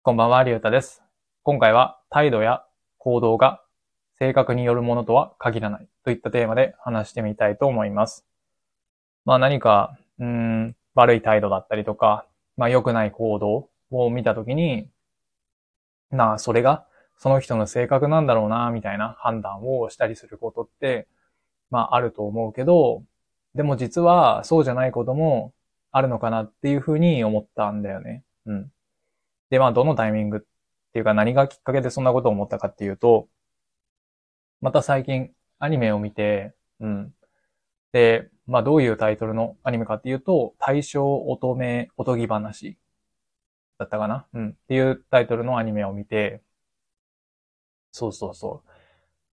こんばんは、りゅうたです。今回は態度や行動が性格によるものとは限らないといったテーマで話してみたいと思います。何か、悪い態度だったりとか、良くない行動を見たときに、それがその人の性格なんだろうな、みたいな判断をしたりすることって、あると思うけど、でも実はそうじゃないこともあるのかなっていうふうに思ったんだよね。うん。で、どのタイミングっていうか何がきっかけでそんなことを思ったかっていうと、また最近アニメを見て、で、どういうタイトルのアニメかっていうと、大正乙女おとぎ話だったかなっていうタイトルのアニメを見て、そうそうそう。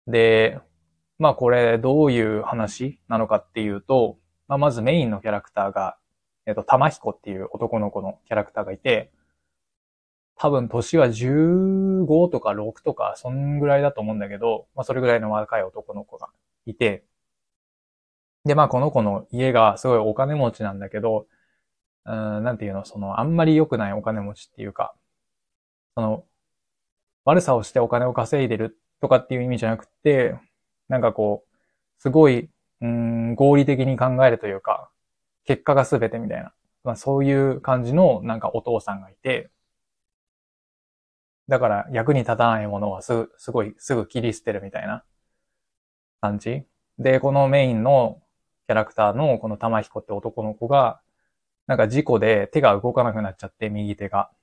で、これどういう話なのかっていうと、まずメインのキャラクターが、玉彦っていう男の子のキャラクターがいて、多分年は15とか6とか、そんぐらいだと思うんだけど、それぐらいの若い男の子がいて、で、この子の家がすごいお金持ちなんだけど、なんていうの、あんまり良くないお金持ちっていうか、その、悪さをしてお金を稼いでるとかっていう意味じゃなくて、なんかこう、すごい、合理的に考えるというか、結果が全てみたいな、そういう感じのなんかお父さんがいて、だから役に立たないものはすぐ切り捨てるみたいな感じ。で、このメインのキャラクターのこの玉彦って男の子が、なんか事故で手が動かなくなっちゃって、右手が。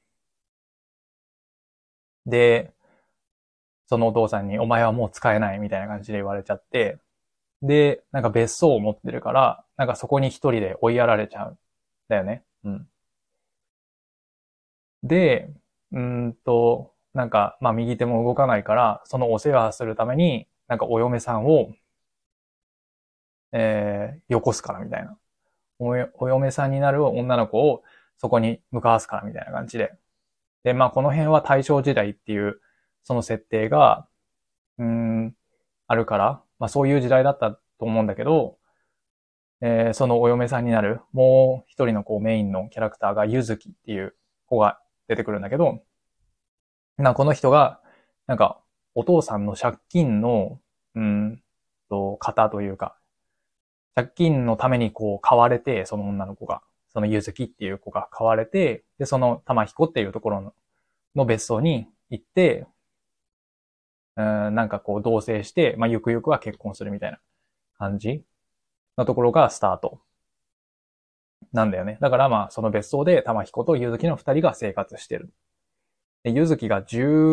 で、そのお父さんにお前はもう使えないみたいな感じで言われちゃって、で、なんか別荘を持ってるから、なんかそこに一人で追いやられちゃうんだよね。うん。で、なんか、右手も動かないから、そのお世話するために、なんかお嫁さんを、よこすからみたいな。お嫁さんになる女の子をそこに向かわすからみたいな感じで。で、この辺は大正時代っていう、その設定が、うーん、あるから、そういう時代だったと思うんだけど、そのお嫁さんになる、もう一人のこうメインのキャラクターがゆずきっていう子が出てくるんだけど、この人が、なんか、お父さんの借金の、方というか、借金のためにこう買われて、その女の子が、そのゆずきっていう子が買われて、で、その玉彦っていうところの別荘に行って、なんかこう同棲して、ゆくゆくは結婚するみたいな感じのところがスタートなんだよね。だからその別荘で玉彦とゆずきの二人が生活してる。で、ゆずきが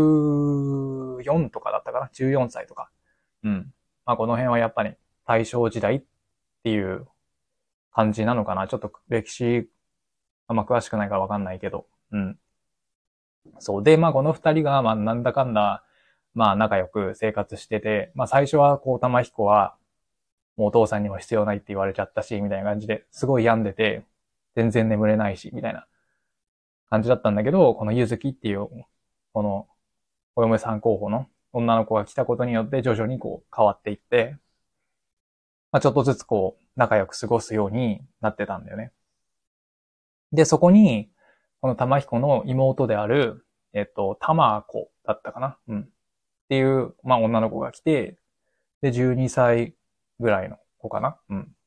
14とかだったかな？ 14 歳とか。うん。この辺はやっぱり大正時代っていう感じなのかな。ちょっと歴史詳しくないからわかんないけど。うん。そう。で、この二人が、なんだかんだ、仲良く生活してて、最初は、こう、玉彦は、もうお父さんにも必要ないって言われちゃったし、みたいな感じで、すごい病んでて、全然眠れないし、みたいな感じだったんだけど、このゆずきっていう、この、お嫁さん候補の女の子が来たことによって、徐々にこう、変わっていって、ちょっとずつこう、仲良く過ごすようになってたんだよね。で、そこに、この玉彦の妹である、玉子だったかなっていう、女の子が来て、で、12歳ぐらいの子かな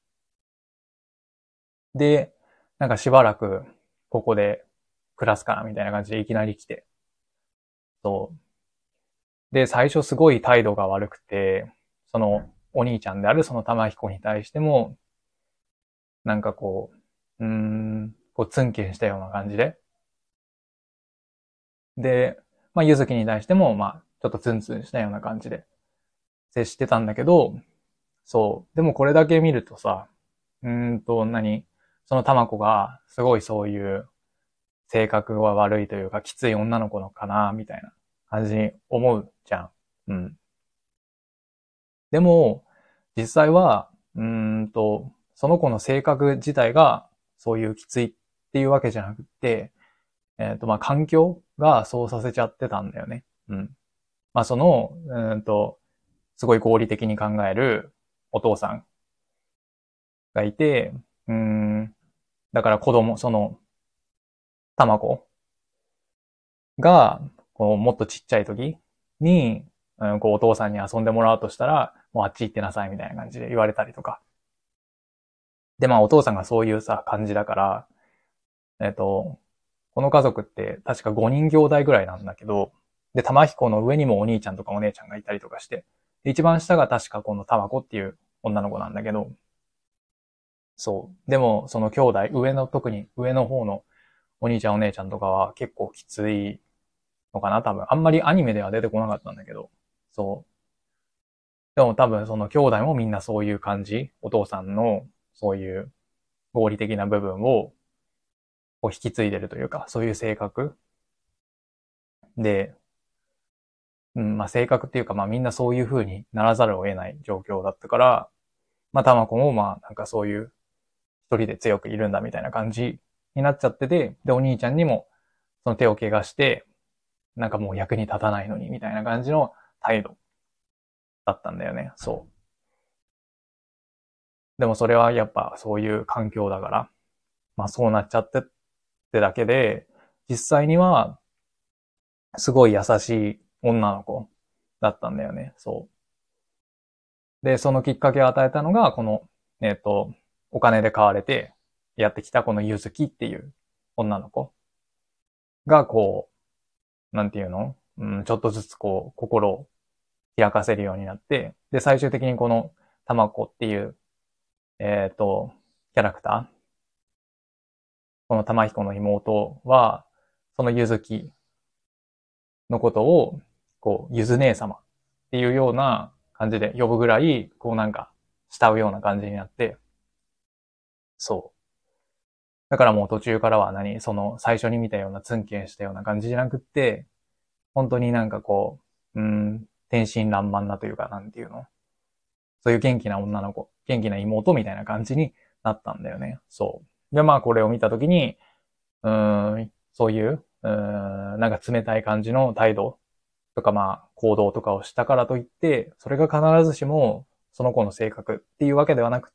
で、なんかしばらく、ここで暮らすかなみたいな感じでいきなり来て。そう。で、最初すごい態度が悪くて、その、お兄ちゃんであるその玉彦に対しても、なんかこう、こうツンケンしたような感じで。で、ゆずきに対しても、ちょっとツンツンしたような感じで接してたんだけど、そう。でもこれだけ見るとさ、その玉子が、すごいそういう性格は悪いというか、きつい女の子のかな、みたいな感じに思うじゃん。うん。でも、実際は、その子の性格自体が、そういうきついっていうわけじゃなくて、環境がそうさせちゃってたんだよね。うん。その、すごい合理的に考えるお父さんがいて、うーん、だから子供、その、卵が、こう、もっとちっちゃい時に、こう、お父さんに遊んでもらうとしたら、もうあっち行ってなさいみたいな感じで言われたりとか。で、まあ、お父さんがそういうさ、感じだから、この家族って確か5人兄弟ぐらいなんだけど、で、玉彦の上にもお兄ちゃんとかお姉ちゃんがいたりとかして、で、一番下が確かこの玉子っていう女の子なんだけど、そう。でも、その兄弟、特に上の方のお兄ちゃんお姉ちゃんとかは結構きついのかな、多分。あんまりアニメでは出てこなかったんだけど、そう。でも多分その兄弟もみんなそういう感じ、お父さんのそういう合理的な部分をこう引き継いでるというか、そういう性格で、うん、まあ性格っていうか、まあみんなそういう風にならざるを得ない状況だったから、まあたまこもまあなんかそういう一人で強くいるんだみたいな感じになっちゃってて、で、お兄ちゃんにもその手を怪我して、なんかもう役に立たないのにみたいな感じの態度だったんだよね。そう。でもそれはやっぱそういう環境だから、まあそうなっちゃってってだけで、実際にはすごい優しい女の子だったんだよね。そう。で、そのきっかけを与えたのが、この、お金で買われてやってきたこのゆずきっていう女の子が、こう、なんていうの、ちょっとずつこう、心を開かせるようになって、で、最終的にこの、たまこっていう、キャラクター、この玉彦の妹は、そのゆずきのことを、こう、ゆず姉様っていうような感じで呼ぶぐらい、こうなんか、慕うような感じになって、そう。だからもう途中からはその最初に見たようなツンケンしたような感じじゃなくって、本当になんかこう、天真爛漫なというか、なんていうの、そういう元気な女の子、元気な妹みたいな感じになったんだよね。そう。で、まあこれを見たときに、そういう、なんか冷たい感じの態度とかまあ行動とかをしたからといって、それが必ずしもその子の性格っていうわけではなくって、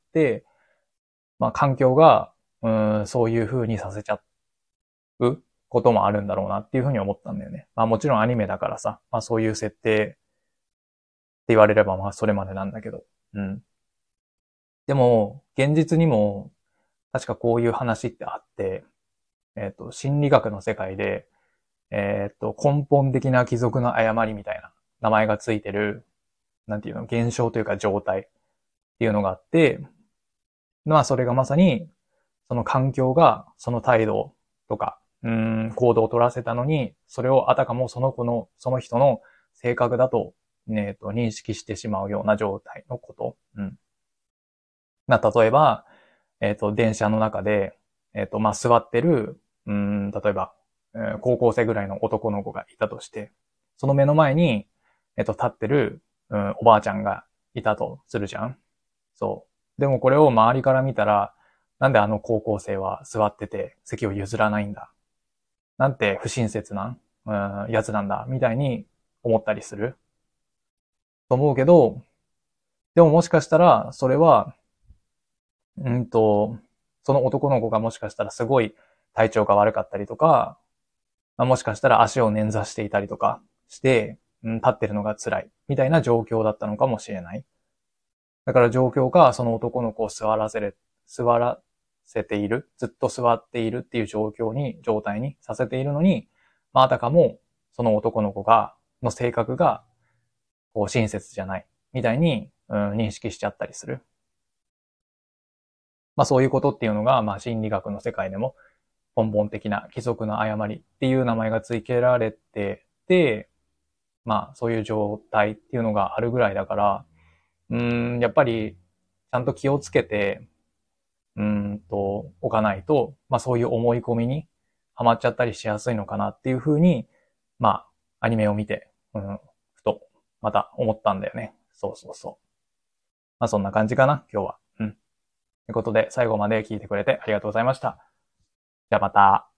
まあ環境が、そういう風にさせちゃうこともあるんだろうなっていう風に思ったんだよね。まあもちろんアニメだからさ、まあそういう設定って言われればまあそれまでなんだけど。うん。でも、現実にも確かこういう話ってあって、心理学の世界で、根本的な貴族の誤りみたいな名前がついてる、なんていうの、現象というか状態っていうのがあって、まあそれがまさに、その環境がその態度とか、行動を取らせたのに、それをあたかもその人の性格だと、認識してしまうような状態のこと。例えば、電車の中で、まあ、座ってる、例えば、高校生ぐらいの男の子がいたとして、その目の前に、立ってる、おばあちゃんがいたとするじゃん。そう。でもこれを周りから見たら、なんであの高校生は座ってて席を譲らないんだ。なんて不親切な、やつなんだ。みたいに思ったりする。と思うけど、でももしかしたら、それは、その男の子がもしかしたらすごい体調が悪かったりとか、まあ、もしかしたら足を捻挫していたりとかして、立ってるのが辛い、みたいな状況だったのかもしれない。だから状況がその男の子を座らせている、ずっと座っているっていう状態にさせているのに、まあ、あたかもその男の子の性格が、こう親切じゃない、みたいに、認識しちゃったりする。まあそういうことっていうのが、まあ心理学の世界でも根本的な規則の誤りっていう名前が付けられてて、まあそういう状態っていうのがあるぐらいだから、やっぱりちゃんと気をつけて、おかないと、まあそういう思い込みにはまっちゃったりしやすいのかなっていうふうに、まあアニメを見て、ふとまた思ったんだよね。そうそうそう。まあそんな感じかな、今日は。ということで最後まで聞いてくれてありがとうございました。じゃあまた。